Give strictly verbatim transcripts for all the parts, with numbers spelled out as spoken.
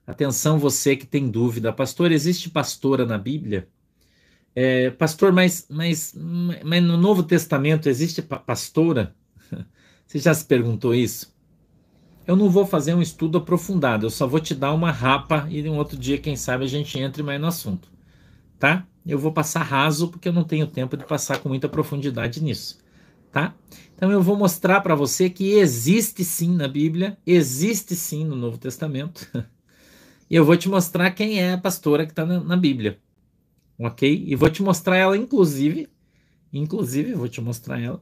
Atenção você que tem dúvida. Pastor, existe pastora na Bíblia? É, pastor, mas, mas, mas no Novo Testamento existe pa- pastora? Você já se perguntou isso? Eu não vou fazer um estudo aprofundado, eu só vou te dar uma rapa e um outro dia, quem sabe, a gente entre mais no assunto, tá? Eu vou passar raso porque eu não tenho tempo de passar com muita profundidade nisso, tá? Então eu vou mostrar para você que existe sim na Bíblia, existe sim no Novo Testamento, e eu vou te mostrar quem é a pastora que está na, na Bíblia, ok? E vou te mostrar ela, inclusive, inclusive, eu vou te mostrar ela,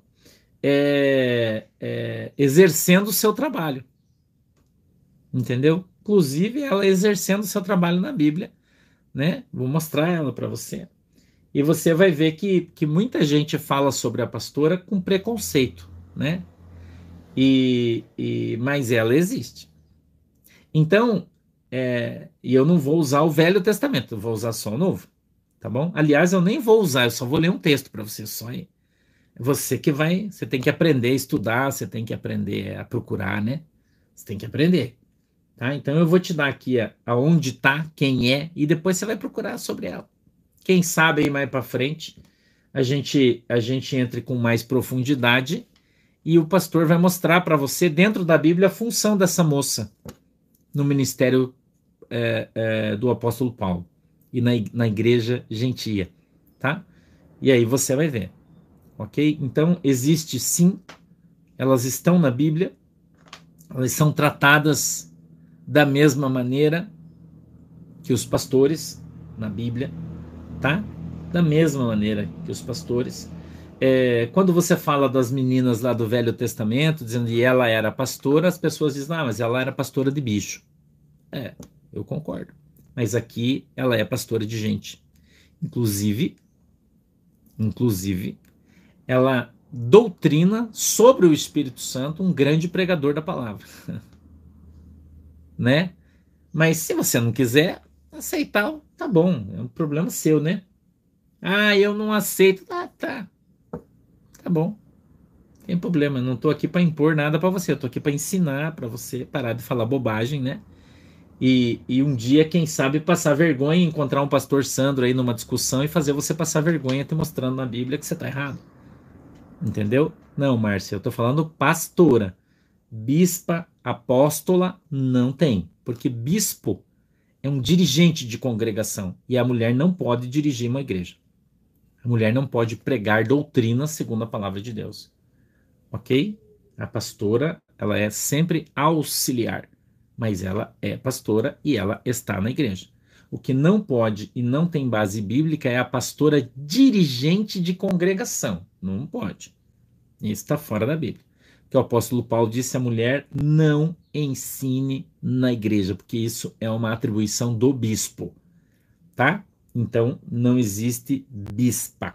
é, é, exercendo o seu trabalho, entendeu? Inclusive, ela exercendo o seu trabalho na Bíblia, né? Vou mostrar ela para você. E você vai ver que, que muita gente fala sobre a pastora com preconceito, né? E, e, mas ela existe. Então, é, e eu não vou usar o Velho Testamento, eu vou usar só o Novo, tá bom? Aliás, eu nem vou usar, eu só vou ler um texto para você só aí. Você que vai, você tem que aprender a estudar, você tem que aprender a procurar, né? Você tem que aprender, tá? Então eu vou te dar aqui a, aonde tá, quem é, e depois você vai procurar sobre ela. Quem sabe aí mais para frente a gente a gente entre com mais profundidade e o pastor vai mostrar para você dentro da Bíblia a função dessa moça no ministério é, é, do apóstolo Paulo e na, na igreja gentia, tá? E aí você vai ver, ok? Então existe sim, elas estão na Bíblia, elas são tratadas da mesma maneira que os pastores na Bíblia, tá? Da mesma maneira que os pastores. É, quando você fala das meninas lá do Velho Testamento, dizendo que ela era pastora, as pessoas dizem, ah, mas ela era pastora de bicho. É, eu concordo. Mas aqui ela é pastora de gente. Inclusive, inclusive, ela doutrina sobre o Espírito Santo, um grande pregador da palavra, né? Mas se você não quiser aceitar, tá bom, é um problema seu, né? Ah, eu não aceito. Ah, tá, tá bom. Tem problema, eu não tô aqui para impor nada para você, eu tô aqui para ensinar para você parar de falar bobagem, né? E, e um dia, quem sabe, passar vergonha, encontrar um pastor Sandro aí numa discussão e fazer você passar vergonha te mostrando na Bíblia que você tá errado. Entendeu? Não, Márcia, eu tô falando pastora. Bispa, apóstola, não tem. Porque bispo é um dirigente de congregação e a mulher não pode dirigir uma igreja. A mulher não pode pregar doutrina segundo a palavra de Deus. Ok? A pastora, ela é sempre auxiliar, mas ela é pastora e ela está na igreja. O que não pode e não tem base bíblica é a pastora dirigente de congregação. Não pode. Isso está fora da Bíblia. Porque o apóstolo Paulo disse: a mulher não ensine na igreja, porque isso é uma atribuição do bispo, tá? Então não existe bispa,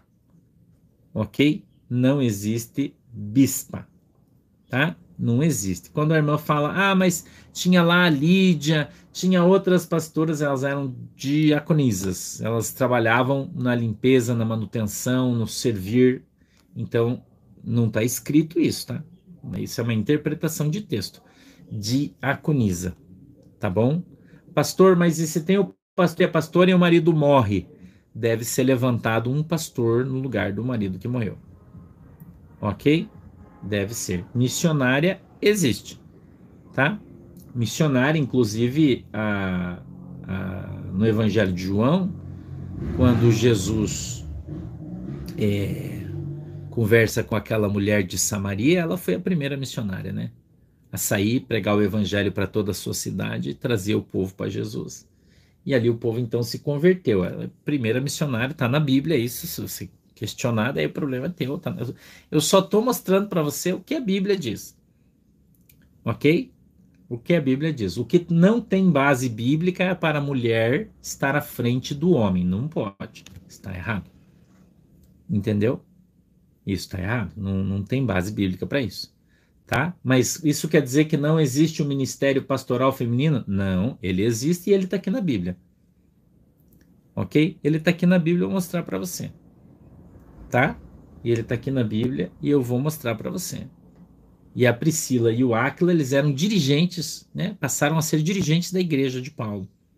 ok? Não existe bispa, tá? Não existe. Quando a irmã fala, ah, mas tinha lá a Lídia, tinha outras pastoras, elas eram diaconisas, elas trabalhavam na limpeza, na manutenção, no servir. Então, não está escrito isso, tá? Isso é uma interpretação de texto. Diaconisa, tá bom? Pastor, mas e se tem o pastor e a pastora e o marido morre? Deve ser levantado um pastor no lugar do marido que morreu. Ok? Deve ser. Missionária existe, tá? Missionária, inclusive, a, a, no Evangelho de João, quando Jesus é, conversa com aquela mulher de Samaria, ela foi a primeira missionária, né? A sair, pregar o Evangelho para toda a sua cidade e trazer o povo para Jesus. E ali o povo então se converteu. Ela é a primeira missionária, está na Bíblia, isso. Se você questionar, daí o problema é teu. Tá? Eu só estou mostrando para você o que a Bíblia diz. Ok? O que a Bíblia diz. O que não tem base bíblica é para a mulher estar à frente do homem. Não pode. Está errado. Entendeu? Isso está errado. Não, não tem base bíblica para isso. Tá? Mas isso quer dizer que não existe um ministério pastoral feminino? Não, ele existe e ele está aqui na Bíblia. Ok? Ele está aqui na Bíblia, eu vou mostrar para você. Tá? E ele está aqui na Bíblia e eu vou mostrar para você. E a Priscila e o Áquila, eles eram dirigentes, né? Passaram a ser dirigentes da igreja de Paulo.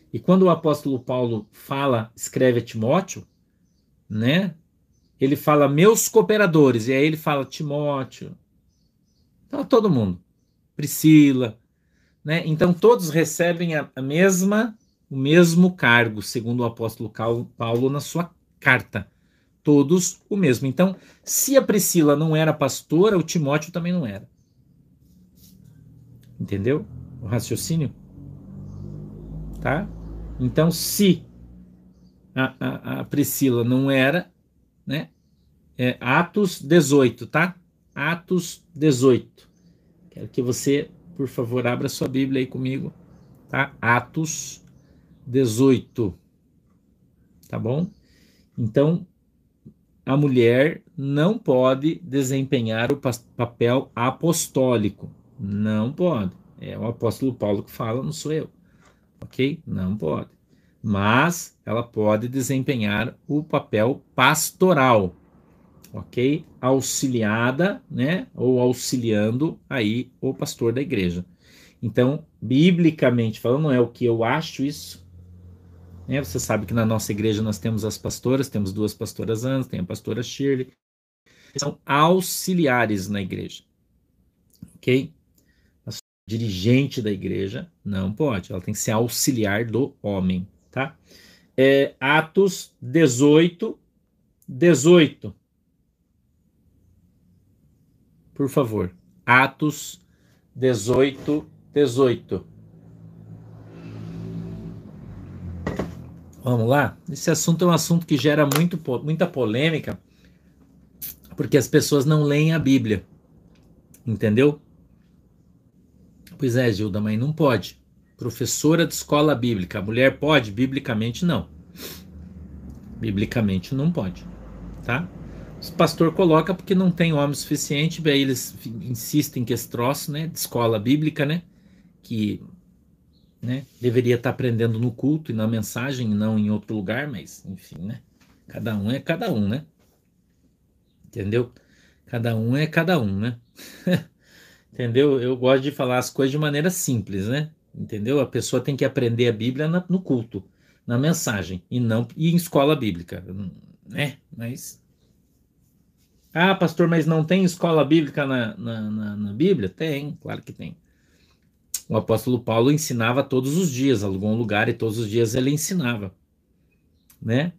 E quando o apóstolo Paulo fala, escreve a Timóteo, né? Ele fala meus cooperadores, e aí ele fala Timóteo. Então todo mundo, Priscila, né? Então todos recebem a, a mesma, o mesmo cargo, segundo o apóstolo Paulo na sua carta. Todos o mesmo. Então, se a Priscila não era pastora, o Timóteo também não era. Entendeu? O raciocínio? Tá? Então, se a, a, a Priscila não era, né? É Atos dezoito, tá? Atos dezoito. Quero que você, por favor, abra sua Bíblia aí comigo, tá? Atos dezoito, tá bom? Então, a mulher não pode desempenhar o papel apostólico. Não pode. É o apóstolo Paulo que fala, não sou eu. Ok? Não pode. Mas ela pode desempenhar o papel pastoral. Ok? Auxiliada, né? Ou auxiliando aí o pastor da igreja. Então, biblicamente falando, não é o que eu acho isso. Né? Você sabe que na nossa igreja nós temos as pastoras, temos duas pastoras Anas, tem a pastora Shirley. São auxiliares na igreja. Ok? A dirigente da igreja não pode. Ela tem que ser auxiliar do homem. Tá? É, Atos dezoito, dezoito. Por favor. Atos dezoito, dezoito. Vamos lá? Esse assunto é um assunto que gera muito, muita polêmica, porque as pessoas não leem a Bíblia. Entendeu? Pois é, Gilda, mas não pode. Professora de escola bíblica, a mulher pode? Biblicamente não. Biblicamente não pode, tá? O pastor coloca porque não tem homem suficiente, aí eles insistem que esse troço, né, de escola bíblica, né, que, né, deveria estar aprendendo no culto e na mensagem e não em outro lugar, mas enfim, né, cada um é cada um, né, entendeu? Cada um é cada um, né, entendeu? Eu gosto de falar as coisas de maneira simples, né, entendeu? A pessoa tem que aprender a Bíblia na, no culto, na mensagem e não e em escola bíblica, né, mas... Ah, pastor, mas não tem escola bíblica na, na, na, na Bíblia? Tem, claro que tem. O apóstolo Paulo ensinava todos os dias, alugou um lugar e todos os dias ele ensinava, né?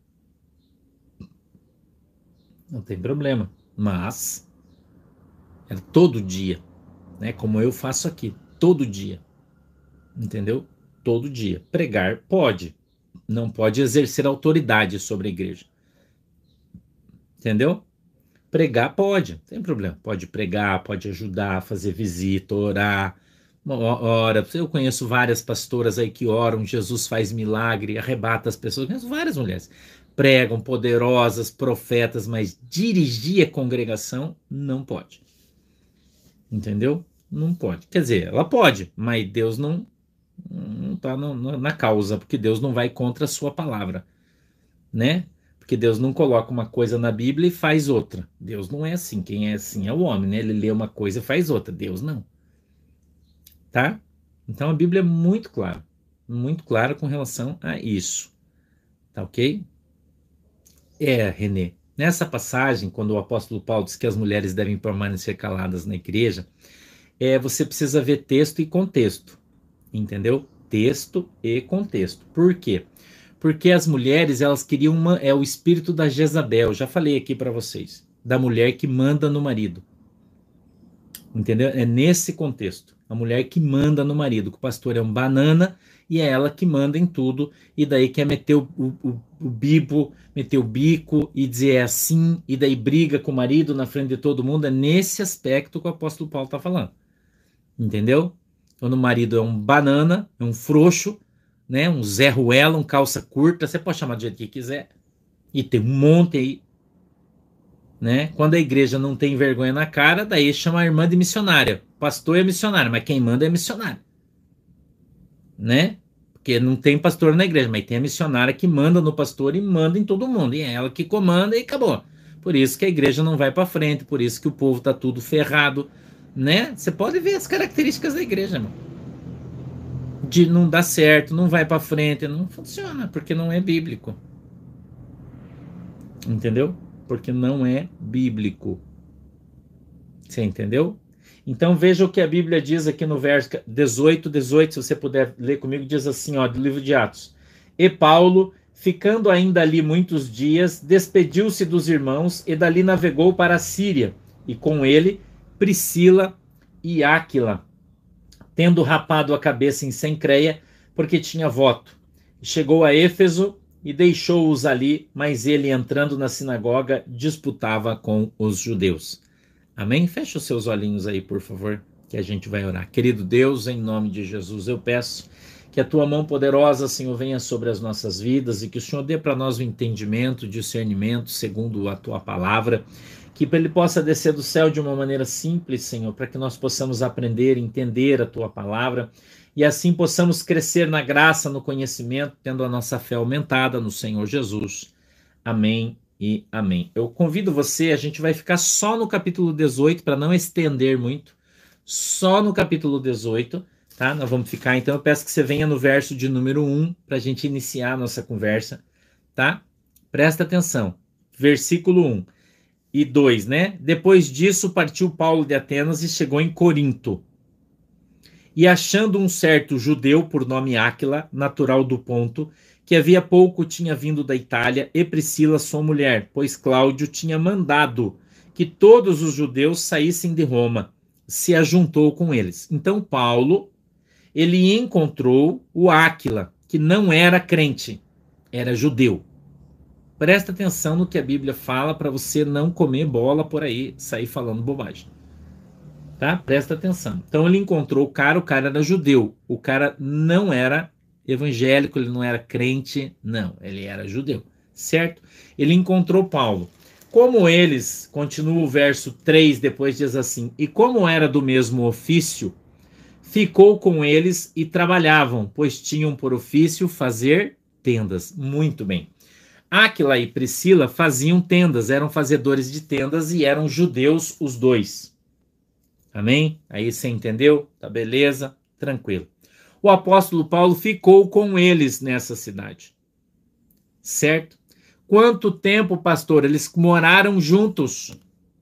Não tem problema, mas era todo dia, né? Como eu faço aqui, todo dia, entendeu? Todo dia. Pregar pode, não pode exercer autoridade sobre a igreja, entendeu? Pregar pode, não tem problema. Pode pregar, pode ajudar, fazer visita, orar. Ora, eu conheço várias pastoras aí que oram, Jesus faz milagre, arrebata as pessoas. Eu conheço várias mulheres. Pregam, poderosas, profetas, mas dirigir a congregação não pode. Entendeu? Não pode. Quer dizer, ela pode, mas Deus não não está na causa, porque Deus não vai contra a sua palavra, né? Porque Deus não coloca uma coisa na Bíblia e faz outra. Deus não é assim. Quem é assim é o homem, né? Ele lê uma coisa e faz outra. Deus não. Tá? Então a Bíblia é muito clara. Muito clara com relação a isso. Tá ok? É, Renê. Nessa passagem, quando o apóstolo Paulo diz que as mulheres devem permanecer caladas na igreja, é, você precisa ver texto e contexto. Entendeu? Texto e contexto. Por quê? Porque as mulheres, elas queriam uma, é o espírito da Jezabel, já falei aqui para vocês, da mulher que manda no marido. Entendeu? É nesse contexto. A mulher que manda no marido, que o pastor é um banana e é ela que manda em tudo, e daí quer meter o, o, o bibo, meter o bico e dizer é assim, e daí briga com o marido na frente de todo mundo. É nesse aspecto que o apóstolo Paulo está falando. Entendeu? Quando o marido é um banana, é um frouxo, né? Um Zé Ruela, um calça curta, você pode chamar do jeito que quiser. E tem um monte aí, né? Quando a igreja não tem vergonha na cara, daí chama a irmã de missionária. Pastor é missionário, mas quem manda é missionário, né? Porque não tem pastor na igreja, mas tem a missionária que manda no pastor e manda em todo mundo. E é ela que comanda e acabou. Por isso que a igreja não vai para frente, por isso que o povo tá tudo ferrado, né? Você pode ver as características da igreja, irmão. de não dar certo, não vai para frente, não funciona, porque não é bíblico. Entendeu? Porque não é bíblico. Você entendeu? Então veja o que a Bíblia diz aqui no verso dezoito, dezoito, se você puder ler comigo, diz assim, ó, do livro de Atos. E Paulo, ficando ainda ali muitos dias, despediu-se dos irmãos e dali navegou para a Síria, e com ele Priscila e Áquila, tendo rapado a cabeça em Cencreia, porque tinha voto. Chegou a Éfeso e deixou-os ali, mas ele, entrando na sinagoga, disputava com os judeus. Amém? Feche os seus olhinhos aí, por favor, que a gente vai orar. Querido Deus, em nome de Jesus, eu peço que a tua mão poderosa, Senhor, venha sobre as nossas vidas e que o Senhor dê para nós o entendimento, o discernimento, segundo a tua palavra, que ele possa descer do céu de uma maneira simples, Senhor, para que nós possamos aprender, entender a tua palavra e assim possamos crescer na graça, no conhecimento, tendo a nossa fé aumentada no Senhor Jesus. Amém e amém. Eu convido você, a gente vai ficar só no capítulo dezoito, para não estender muito, só no capítulo dezoito, tá? Nós vamos ficar, então eu peço que você venha no verso de número um, para a gente iniciar a nossa conversa, tá? Presta atenção, versículo um e dois, né? Depois disso partiu Paulo de Atenas e chegou em Corinto. E achando um certo judeu por nome Áquila, natural do Ponto, que havia pouco tinha vindo da Itália, e Priscila sua mulher, pois Cláudio tinha mandado que todos os judeus saíssem de Roma, se ajuntou com eles. Então Paulo, ele encontrou o Áquila, que não era crente, era judeu. Presta atenção no que a Bíblia fala para você não comer bola por aí, sair falando bobagem. Tá? Presta atenção. Então ele encontrou o cara, o cara era judeu, o cara não era evangélico, ele não era crente, não, ele era judeu, certo? Ele encontrou Paulo. Como eles, continua o verso três, depois diz assim, e como era do mesmo ofício, ficou com eles e trabalhavam, pois tinham por ofício fazer tendas. Muito bem. Áquila e Priscila faziam tendas, eram fazedores de tendas e eram judeus os dois. Amém? Aí você entendeu? Tá beleza? Tranquilo. O apóstolo Paulo ficou com eles nessa cidade. Certo? Quanto tempo, pastor? Eles moraram juntos.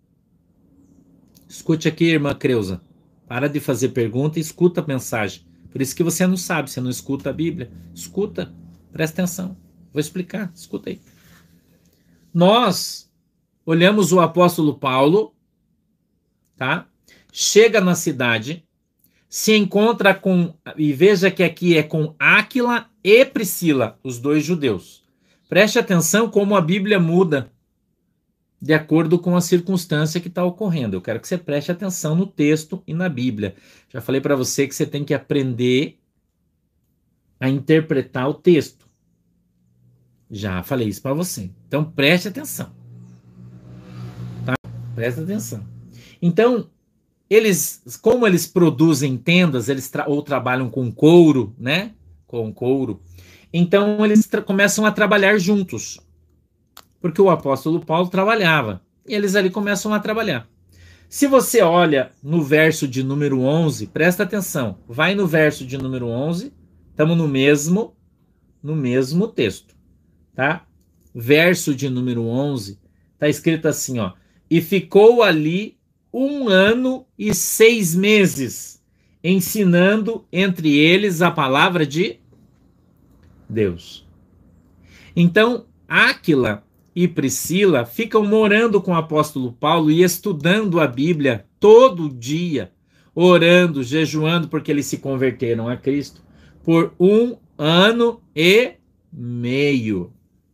Escute aqui, irmã Creuza. Para de fazer pergunta e escuta a mensagem. Por isso que você não sabe, você não escuta a Bíblia. Escuta, presta atenção. Vou explicar, escuta aí. Nós olhamos o apóstolo Paulo, tá? Chega na cidade, se encontra com, e veja que aqui é com Áquila e Priscila, os dois judeus. Preste atenção como a Bíblia muda de acordo com a circunstância que está ocorrendo. Eu quero que você preste atenção no texto e na Bíblia. Já falei para você que você tem que aprender a interpretar o texto. Já falei isso para você. Então preste atenção. Tá? Preste atenção. Então, eles, como eles produzem tendas, eles tra- ou trabalham com couro, né? Com couro. Então eles tra- começam a trabalhar juntos. Porque o apóstolo Paulo trabalhava. E eles ali começam a trabalhar. Se você olha no verso de número onze, presta atenção. Vai no verso de número onze. Estamos no mesmo, no mesmo texto. Tá? Verso de número onze. Está escrito assim, ó. E ficou ali um ano e seis meses, ensinando entre eles a palavra de Deus. Então, Áquila e Priscila ficam morando com o apóstolo Paulo e estudando a Bíblia todo dia, orando, jejuando, porque eles se converteram a Cristo, por um ano e meio,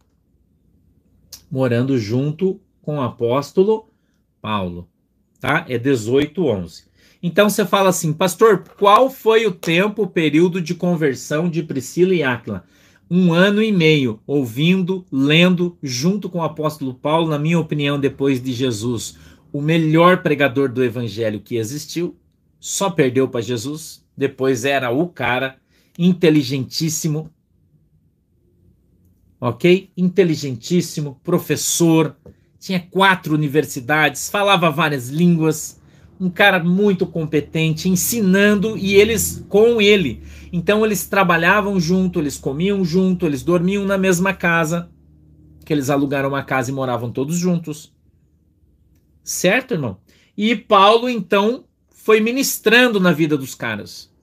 morando junto com o apóstolo Paulo. Tá? É dezoito, onze. Então você fala assim, pastor, qual foi o tempo, o período de conversão de Priscila e Áquila? Um ano e meio, ouvindo, lendo, junto com o apóstolo Paulo, na minha opinião, depois de Jesus, o melhor pregador do evangelho que existiu, só perdeu para Jesus, depois era o cara, inteligentíssimo, ok? Inteligentíssimo, professor, tinha quatro universidades, falava várias línguas, um cara muito competente, ensinando, e eles com ele. Então eles trabalhavam junto, eles comiam junto, eles dormiam na mesma casa, que eles alugaram uma casa e moravam todos juntos. Certo, irmão? E Paulo, então, foi ministrando na vida dos caras.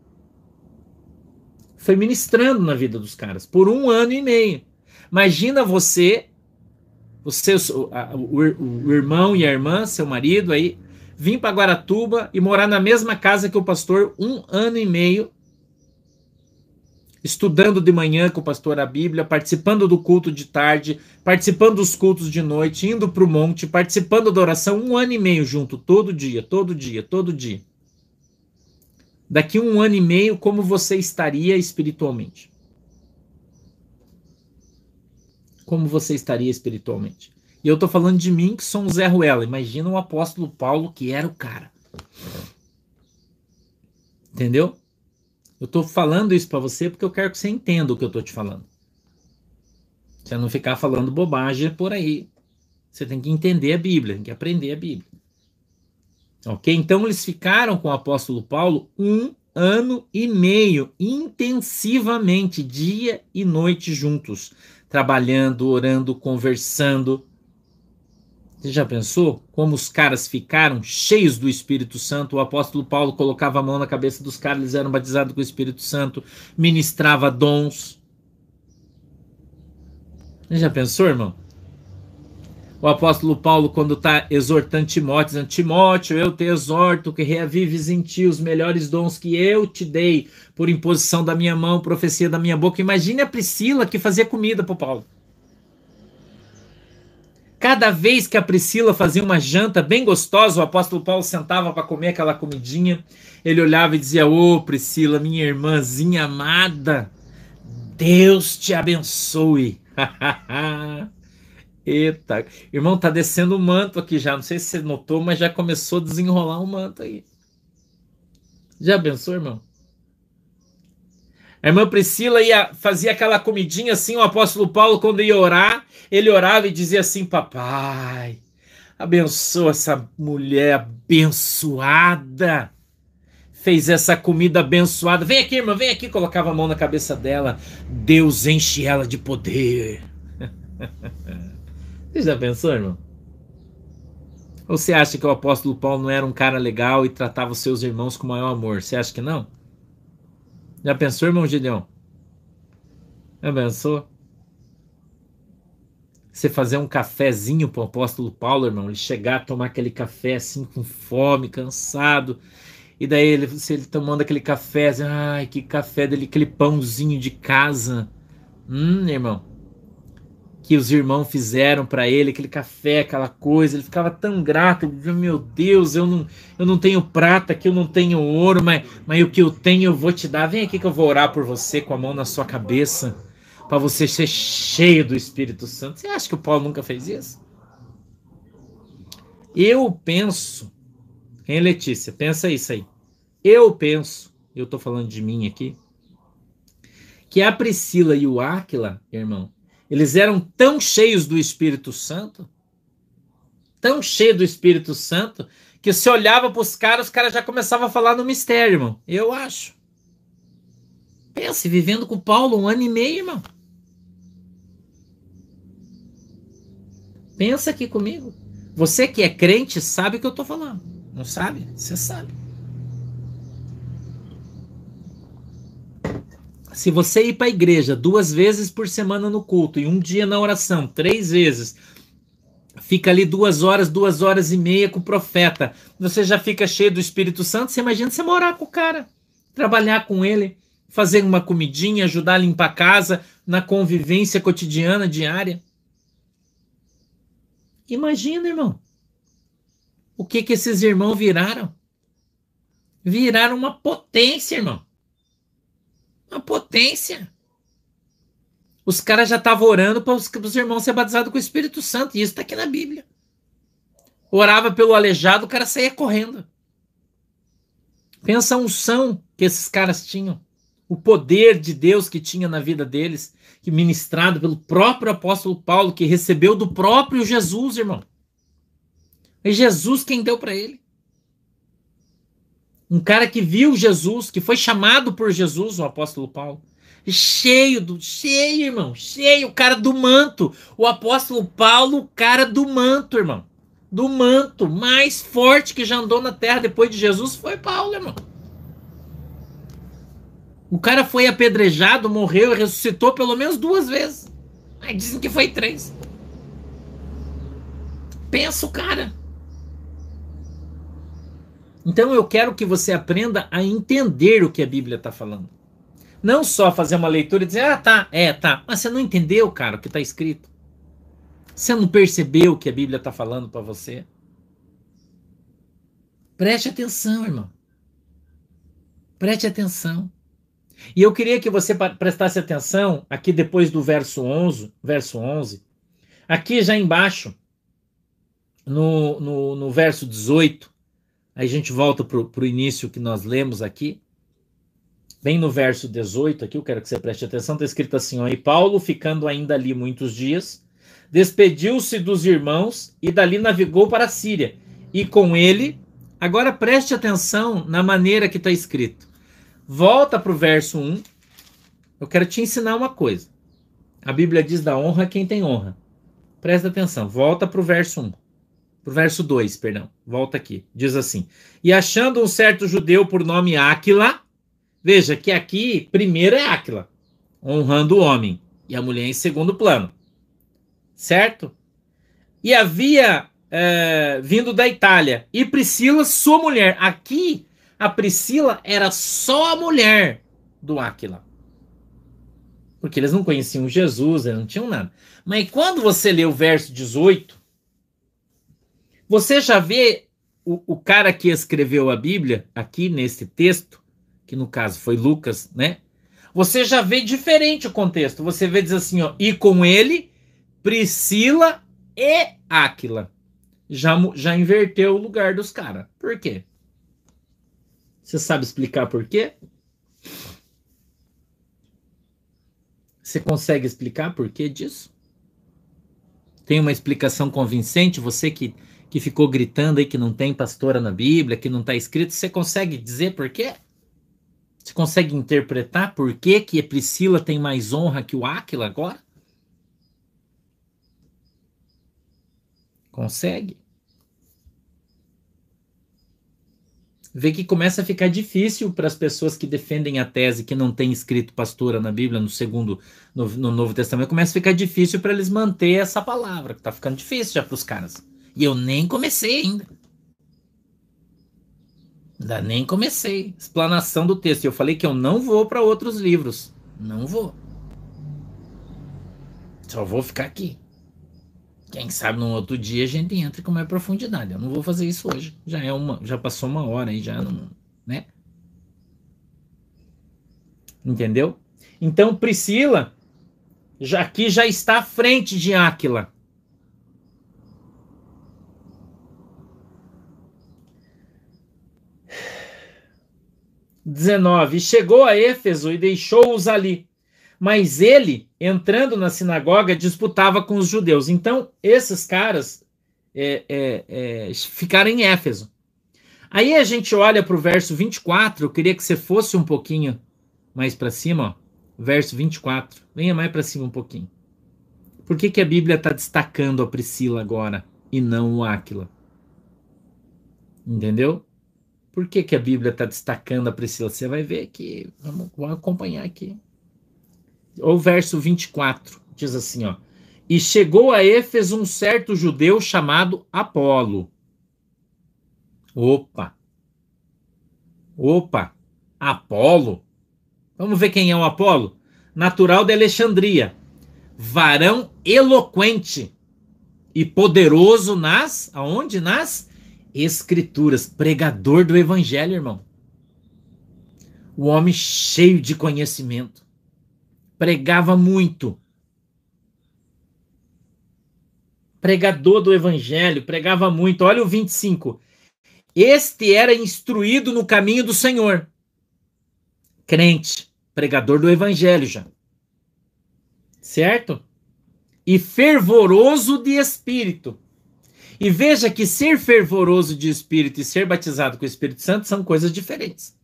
Foi ministrando na vida dos caras por um ano e meio. Imagina você, você o, o, o irmão e a irmã, seu marido, aí, vir para Guaratuba e morar na mesma casa que o pastor um ano e meio, estudando de manhã com o pastor a Bíblia, participando do culto de tarde, participando dos cultos de noite, indo para o monte, participando da oração, um ano e meio junto, todo dia, todo dia, todo dia. Daqui um ano e meio, como você estaria espiritualmente? Como você estaria espiritualmente? E eu tô falando de mim, que sou um Zé Ruela. Imagina o apóstolo Paulo, que era o cara. Entendeu? Eu tô falando isso para você porque eu quero que você entenda o que eu tô te falando. Você não ficar falando bobagem por aí. Você tem que entender a Bíblia, tem que aprender a Bíblia. Ok? Então eles ficaram com o apóstolo Paulo um ano e meio, intensivamente, dia e noite juntos, trabalhando, orando, conversando. Você já pensou como os caras ficaram cheios do Espírito Santo? O apóstolo Paulo colocava a mão na cabeça dos caras, eles eram batizados com o Espírito Santo, ministrava dons. Você já pensou, irmão? O apóstolo Paulo, quando está exortando Timóteo, dizendo: Timóteo, eu te exorto que reavives em ti os melhores dons que eu te dei, por imposição da minha mão, profecia da minha boca. Imagine a Priscila, que fazia comida para o Paulo. Cada vez que a Priscila fazia uma janta bem gostosa, o apóstolo Paulo sentava para comer aquela comidinha, ele olhava e dizia: ô Priscila, minha irmãzinha amada, Deus te abençoe. Eita, irmão, tá descendo o manto aqui já. Não sei se você notou, mas já começou a desenrolar o manto aí. Já pensou, irmão? A irmã Priscila ia, fazia aquela comidinha assim. O apóstolo Paulo, quando ia orar, ele orava e dizia assim: papai, abençoa essa mulher abençoada. Fez essa comida abençoada. Vem aqui, irmã, vem aqui. Colocava a mão na cabeça dela. Deus enche ela de poder. Você já pensou, irmão? Ou você acha que o apóstolo Paulo não era um cara legal e tratava os seus irmãos com o maior amor? Você acha que não? Já pensou, irmão Gideon? Já pensou? Você fazer um cafezinho pro apóstolo Paulo, irmão, ele chegar, tomar aquele café assim com fome, cansado, e daí ele, se ele tomando aquele café, assim, ai, que café dele, aquele pãozinho de casa. Hum, irmão. Que os irmãos fizeram para ele, aquele café, aquela coisa, ele ficava tão grato, ele dizia: meu Deus, eu não, eu não tenho prata, que eu não tenho ouro, mas, mas o que eu tenho eu vou te dar. Vem aqui que eu vou orar por você com a mão na sua cabeça, para você ser cheio do Espírito Santo. Você acha que o Paulo nunca fez isso? Eu penso, hein, Letícia, pensa isso aí. Eu penso, eu tô falando de mim aqui, que a Priscila e o Áquila, irmão, eles eram tão cheios do Espírito Santo, tão cheios do Espírito Santo, que se olhava para os caras, os caras já começavam a falar no mistério, irmão. Eu acho. Pense, vivendo com Paulo um ano e meio, irmão. Pensa aqui comigo. Você que é crente sabe o que eu estou falando. Não sabe? Você sabe. Se você ir para a igreja duas vezes por semana no culto e um dia na oração, três vezes, fica ali duas horas, duas horas e meia com o profeta, você já fica cheio do Espírito Santo. Você imagina você morar com o cara, trabalhar com ele, fazer uma comidinha, ajudar a limpar a casa, na convivência cotidiana, diária. Imagina, irmão, o que que esses irmãos viraram? Viraram uma potência, irmão. Uma potência. Os caras já estavam orando para os, os irmãos serem batizados com o Espírito Santo. E isso está aqui na Bíblia. Orava pelo aleijado, o cara saía correndo. Pensa a unção que esses caras tinham. O poder de Deus que tinha na vida deles. Que ministrado pelo próprio apóstolo Paulo, que recebeu do próprio Jesus, irmão. É Jesus quem deu para ele. Um cara que viu Jesus, que foi chamado por Jesus, o apóstolo Paulo. Cheio do. Cheio, irmão. Cheio, o cara do manto. O apóstolo Paulo, o cara do manto, irmão. Do manto mais forte que já andou na terra depois de Jesus foi Paulo, irmão. O cara foi apedrejado, morreu e ressuscitou pelo menos duas vezes. Mas dizem que foi três. Pensa o cara. Então eu quero que você aprenda a entender o que a Bíblia está falando. Não só fazer uma leitura e dizer, ah, tá, é, tá. Mas você não entendeu, cara, o que está escrito. Você não percebeu o que a Bíblia está falando para você. Preste atenção, irmão. Preste atenção. E eu queria que você prestasse atenção aqui depois do verso onze, verso onze. Aqui já embaixo, no, no, no verso dezoito, aí a gente volta para o início que nós lemos aqui. Bem no verso dezoito aqui, eu quero que você preste atenção, está escrito assim, ó, e Paulo, ficando ainda ali muitos dias, despediu-se dos irmãos e dali navegou para a Síria. E com ele, agora preste atenção na maneira que está escrito. Volta para o verso um, eu quero te ensinar uma coisa. A Bíblia diz da honra a quem tem honra. Presta atenção, volta para o verso um. Para o verso dois, perdão, volta aqui. Diz assim, e achando um certo judeu por nome Áquila, veja que aqui, primeiro é Áquila, honrando o homem, e a mulher em segundo plano. Certo? E havia é, vindo da Itália, e Priscila, sua mulher. Aqui, a Priscila era só a mulher do Áquila. Porque eles não conheciam Jesus, eles não tinham nada. Mas quando você lê o verso dezoito, você já vê o, o cara que escreveu a Bíblia, aqui nesse texto, que no caso foi Lucas, né? Você já vê diferente o contexto. Você vê, diz assim, ó, e com ele, Priscila e Áquila. Já, já inverteu o lugar dos caras. Por quê? Você sabe explicar por quê? Você consegue explicar por que disso? Tem uma explicação convincente? Você que, que ficou gritando aí que não tem pastora na Bíblia, que não está escrito, você consegue dizer por quê? Você consegue interpretar por que que a Priscila tem mais honra que o Áquila agora? Consegue? Vê que começa a ficar difícil para as pessoas que defendem a tese que não tem escrito pastora na Bíblia, no segundo, no, no Novo Testamento, começa a ficar difícil para eles manter essa palavra, que tá ficando difícil já para os caras. E eu nem comecei ainda. Ainda nem comecei. Explanação do texto. Eu falei que eu não vou para outros livros. Não vou. Só vou ficar aqui. Quem sabe num outro dia a gente entra com mais profundidade. Eu não vou fazer isso hoje. Já é uma, já passou uma hora aí, já não, né? Entendeu? Então Priscila já aqui já está à frente de Áquila. dezenove. E chegou a Éfeso e deixou-os ali. Mas ele, entrando na sinagoga, disputava com os judeus. Então, esses caras é, é, é, ficaram em Éfeso. Aí a gente olha para o verso vinte e quatro. Eu queria que você fosse um pouquinho mais para cima. Ó. Verso vinte e quatro. Venha mais para cima um pouquinho. Por que, que a Bíblia está destacando a Priscila agora e não o Áquila? Entendeu? Por que, que a Bíblia está destacando a Priscila? Você vai ver que... Vamos, vamos acompanhar aqui. O verso vinte e quatro diz assim, ó. E chegou a Éfeso um certo judeu chamado Apolo. Opa! Opa! Apolo? Vamos ver quem é o Apolo? Natural de Alexandria. Varão eloquente e poderoso nas... Aonde? Nas Escrituras. Pregador do Evangelho, irmão. O homem cheio de conhecimento. Pregava muito. Pregador do Evangelho, pregava muito. Olha o vinte e cinco. Este era instruído no caminho do Senhor. Crente, pregador do Evangelho já. Certo? E fervoroso de espírito. E veja que ser fervoroso de espírito e ser batizado com o Espírito Santo são coisas diferentes.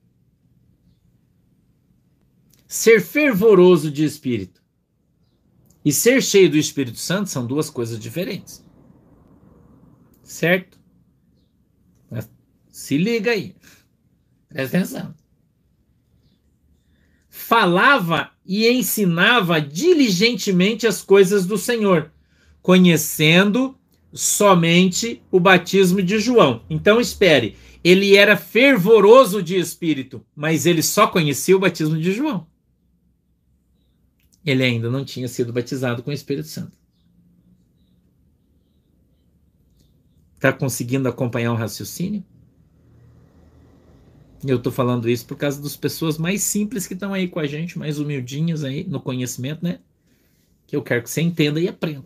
Ser fervoroso de espírito e ser cheio do Espírito Santo são duas coisas diferentes. Certo? Mas se liga aí. Presta atenção. Falava e ensinava diligentemente as coisas do Senhor, conhecendo somente o batismo de João. Então espere, ele era fervoroso de espírito, mas ele só conhecia o batismo de João. Ele ainda não tinha sido batizado com o Espírito Santo. Está conseguindo acompanhar o raciocínio? Eu estou falando isso por causa das pessoas mais simples que estão aí com a gente, mais humildinhas aí no conhecimento, né? Que eu quero que você entenda e aprenda.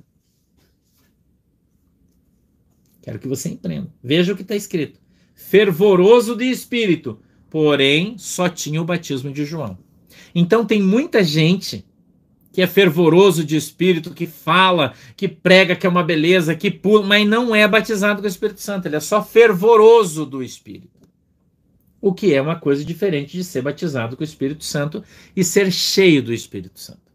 Quero que você aprenda. Veja o que está escrito. Fervoroso de espírito, porém só tinha o batismo de João. Então tem muita gente que é fervoroso de espírito, que fala, que prega que é uma beleza, que pula, mas não é batizado com o Espírito Santo. Ele é só fervoroso do espírito. O que é uma coisa diferente de ser batizado com o Espírito Santo e ser cheio do Espírito Santo.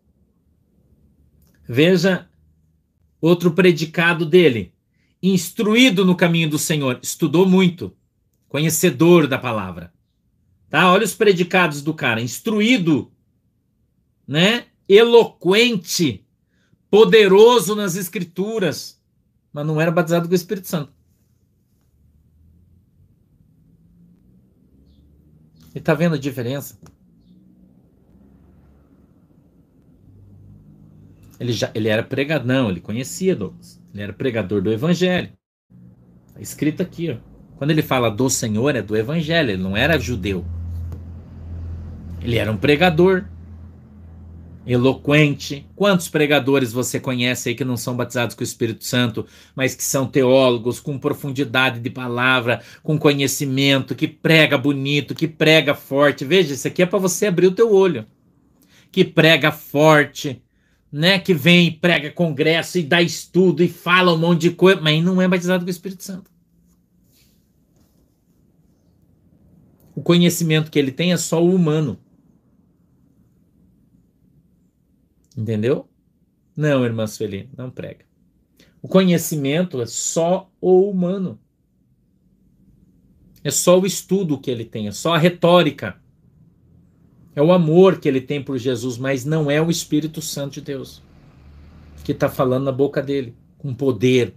Veja outro predicado dele. Instruído no caminho do Senhor. Estudou muito. Conhecedor da palavra. Tá? Olha os predicados do cara. Instruído, né? Eloquente. Poderoso nas escrituras. Mas não era batizado com o Espírito Santo. Você está vendo a diferença? Ele, já, ele era pregador, não, ele conhecia Douglas. Ele era pregador do Evangelho. Está escrito aqui, ó. Quando ele fala do Senhor, é do Evangelho, ele não era judeu. Ele era um pregador. Eloquente. Quantos pregadores você conhece aí que não são batizados com o Espírito Santo, mas que são teólogos, com profundidade de palavra, com conhecimento, que prega bonito, que prega forte? Veja, isso aqui é para você abrir o teu olho. Que prega forte, né? Que vem e prega congresso e dá estudo e fala um monte de coisa, mas não é batizado com o Espírito Santo. O conhecimento que ele tem é só o humano. Entendeu? Não, irmã Sueli, não prega. O conhecimento é só o humano. É só o estudo que ele tem, é só a retórica. É o amor que ele tem por Jesus, mas não é o Espírito Santo de Deus que está falando na boca dele, com poder.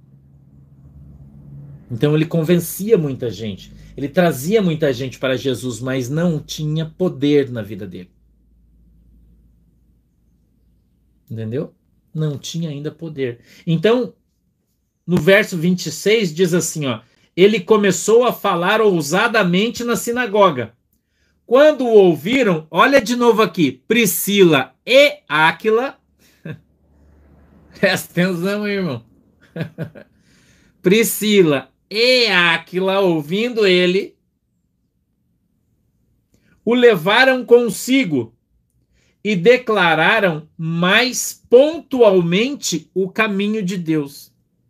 Então ele convencia muita gente, ele trazia muita gente para Jesus, mas não tinha poder na vida dele. Entendeu? Não tinha ainda poder. Então, no verso vinte e seis diz assim, ó, ele começou a falar ousadamente na sinagoga. Quando o ouviram, olha de novo aqui, Priscila e Áquila, presta atenção, irmão. Priscila e Áquila, ouvindo ele, o levaram consigo e declararam mais pontualmente o caminho de Deus.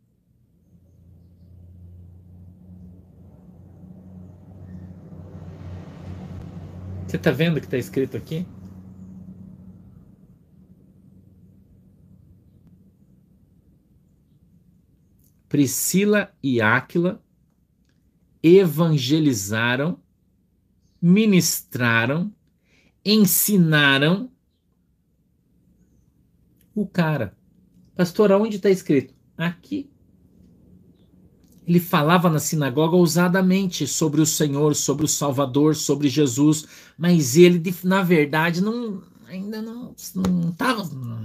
Você está vendo o que está escrito aqui? Priscila e Áquila evangelizaram, ministraram, ensinaram o cara. Pastor, aonde está escrito? Aqui. Ele falava na sinagoga ousadamente sobre o Senhor, sobre o Salvador, sobre Jesus, mas ele, na verdade, não, ainda não estava.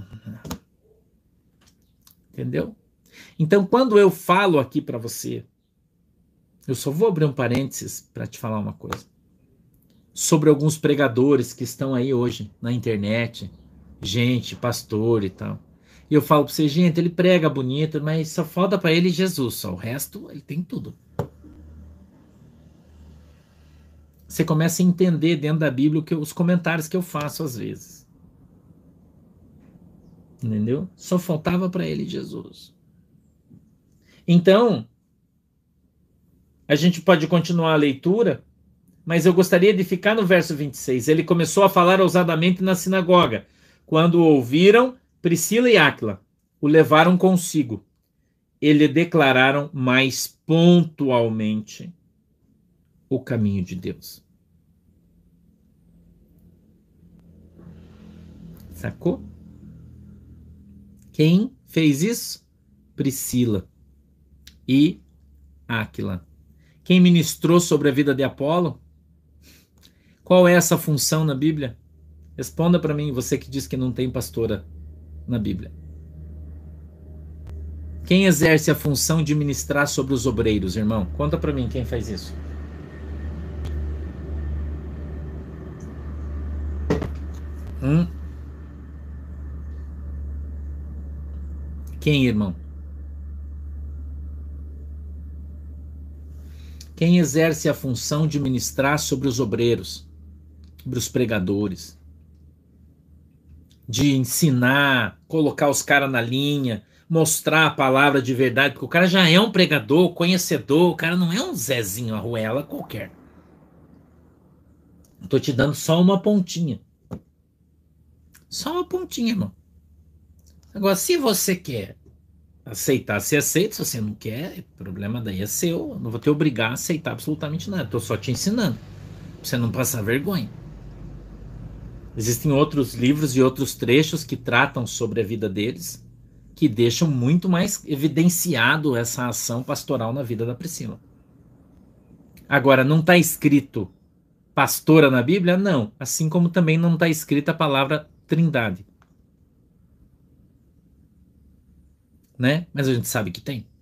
Entendeu? Então, quando eu falo aqui para você, eu só vou abrir um parênteses para te falar uma coisa. Sobre alguns pregadores que estão aí hoje na internet, gente, pastor e tal. E eu falo para você, gente, ele prega bonito, mas só falta para ele Jesus, só o resto ele tem tudo. Você começa a entender dentro da Bíblia que, os comentários que eu faço às vezes. Entendeu? Só faltava para ele Jesus. Então, A gente pode continuar a leitura, mas eu gostaria de ficar no verso vinte e seis. Ele começou a falar ousadamente na sinagoga, quando ouviram Priscila e Áquila, o levaram consigo. E lhe declararam mais pontualmente o caminho de Deus. Sacou? Quem fez isso? Priscila e Áquila. Quem ministrou sobre a vida de Apolo? Qual é essa função na Bíblia? Responda para mim, você que diz que não tem pastora na Bíblia. Quem exerce a função de ministrar sobre os obreiros, irmão? Conta para mim quem faz isso. Hum? Quem, irmão? Quem exerce a função de ministrar sobre os obreiros, sobre os pregadores, de ensinar, colocar os caras na linha, mostrar a palavra de verdade, porque o cara já é um pregador, conhecedor, o cara não é um Zezinho Arruela qualquer. Estou te dando só uma pontinha. Só uma pontinha, irmão. Agora, se você quer aceitar, se aceita. Se você não quer, o problema daí é seu. Eu não vou te obrigar a aceitar absolutamente nada. Estou só te ensinando, pra você não passar vergonha. Existem outros livros e outros trechos que tratam sobre a vida deles, que deixam muito mais evidenciado essa ação pastoral na vida da Priscila. Agora, não está escrito pastora na Bíblia? Não. Assim como também não está escrita a palavra trindade. Né? Mas a gente sabe que tem.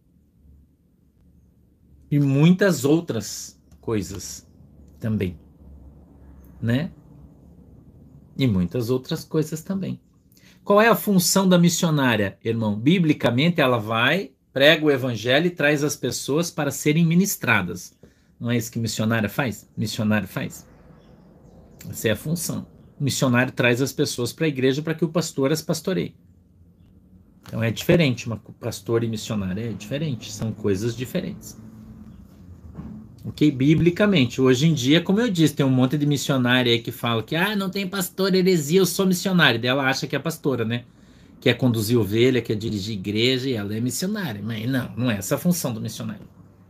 E muitas outras coisas também. Né? E muitas outras coisas também. Qual é a função da missionária, irmão? Biblicamente, ela vai, prega o evangelho e traz as pessoas para serem ministradas. Não é isso que missionária faz? Missionário faz. Essa é a função. O missionário traz as pessoas para a igreja para que o pastor as pastoreie. Então é diferente, uma pastor e missionária é diferente, são coisas diferentes. Ok? Biblicamente, hoje em dia, como eu disse, tem um monte de missionária aí que fala que ah, não tem pastor, heresia, eu sou missionária. Daí ela acha que é pastora, né? Quer conduzir ovelha, quer dirigir igreja e ela é missionária. Mas não, não é essa a função do missionário.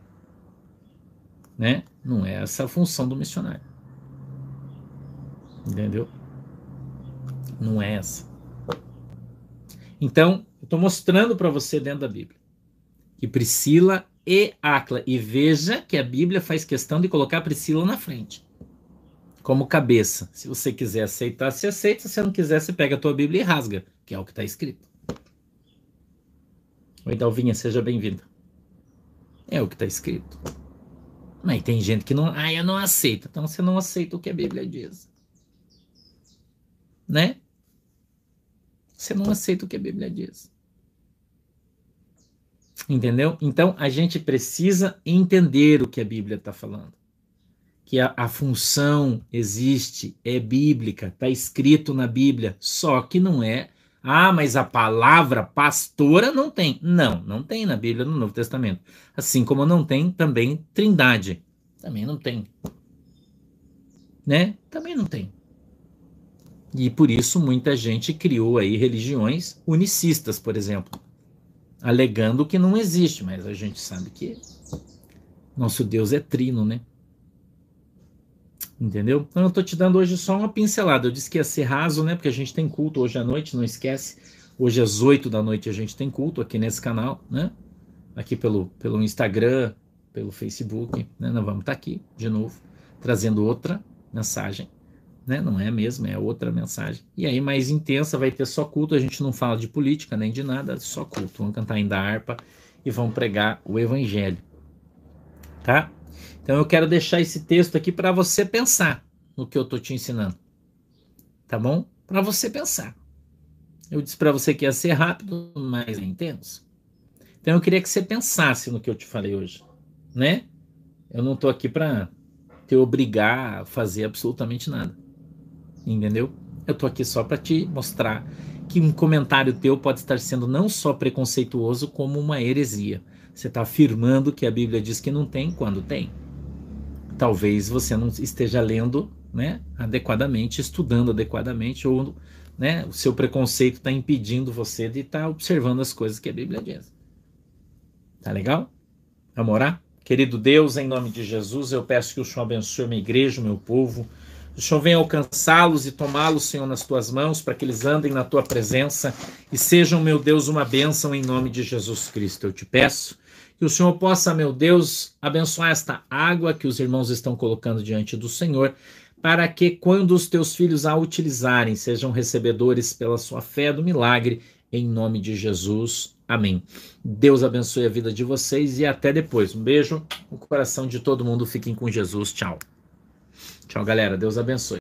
Né? Não é essa a função do missionário. Entendeu? Não é essa. Então, eu estou mostrando para você dentro da Bíblia que Priscila e Áquila, e veja que a Bíblia faz questão de colocar Priscila na frente, como cabeça. Se você quiser aceitar, você aceita. Se você não quiser, você pega a tua Bíblia e rasga, que é o que está escrito. Oi, Dalvinha, seja bem-vinda. É o que está escrito. Mas tem gente que não... Ah, eu não aceito. Então você não aceita o que a Bíblia diz. Né? Você não aceita o que a Bíblia diz. Entendeu? Então a gente precisa entender o que a Bíblia está falando. Que a, a função existe, é bíblica, está escrito na Bíblia, só que não é. Ah, mas a palavra pastora não tem. Não, não tem na Bíblia, no Novo Testamento. Assim como não tem também trindade. Também não tem. Né? Também não tem. E por isso muita gente criou aí religiões unicistas, por exemplo, alegando que não existe, mas a gente sabe que nosso Deus é trino, né? Entendeu? Então eu tô te dando hoje só uma pincelada. Eu disse que ia ser raso, né? Porque a gente tem culto hoje à noite, não esquece. Hoje às oito da noite a gente tem culto aqui nesse canal, né? Aqui pelo, pelo Instagram, pelo Facebook, né? Nós vamos estar aqui de novo, trazendo outra mensagem, né? Não é mesmo, é outra mensagem. E aí mais intensa, vai ter só culto. A gente não fala de política nem de nada, só culto. Vamos cantar ainda a harpa e vamos pregar o evangelho, tá? Então eu quero deixar esse texto aqui para você pensar no que eu estou te ensinando, tá bom? Para você pensar. Eu disse para você que ia ser rápido, mas é intenso. Então eu queria que você pensasse no que eu te falei hoje, né? Eu não estou aqui para te obrigar a fazer absolutamente nada, entendeu? Eu estou aqui só para te mostrar que um comentário teu pode estar sendo não só preconceituoso, como uma heresia. Você está afirmando que a Bíblia diz que não tem, quando tem. Talvez você não esteja lendo, né, adequadamente, estudando adequadamente, ou, né, o seu preconceito está impedindo você de estar tá observando as coisas que a Bíblia diz. Tá legal? Vamos orar? Querido Deus, em nome de Jesus, eu peço que o Senhor abençoe a minha igreja, o meu povo. O Senhor venha alcançá-los e tomá-los, Senhor, nas tuas mãos, para que eles andem na tua presença e sejam, meu Deus, uma bênção em nome de Jesus Cristo. Eu te peço que o Senhor possa, meu Deus, abençoar esta água que os irmãos estão colocando diante do Senhor, para que, quando os teus filhos a utilizarem, sejam recebedores pela sua fé do milagre, em nome de Jesus. Amém. Deus abençoe a vida de vocês e até depois. Um beijo no coração de todo mundo. Fiquem com Jesus. Tchau. Tchau, galera. Deus abençoe.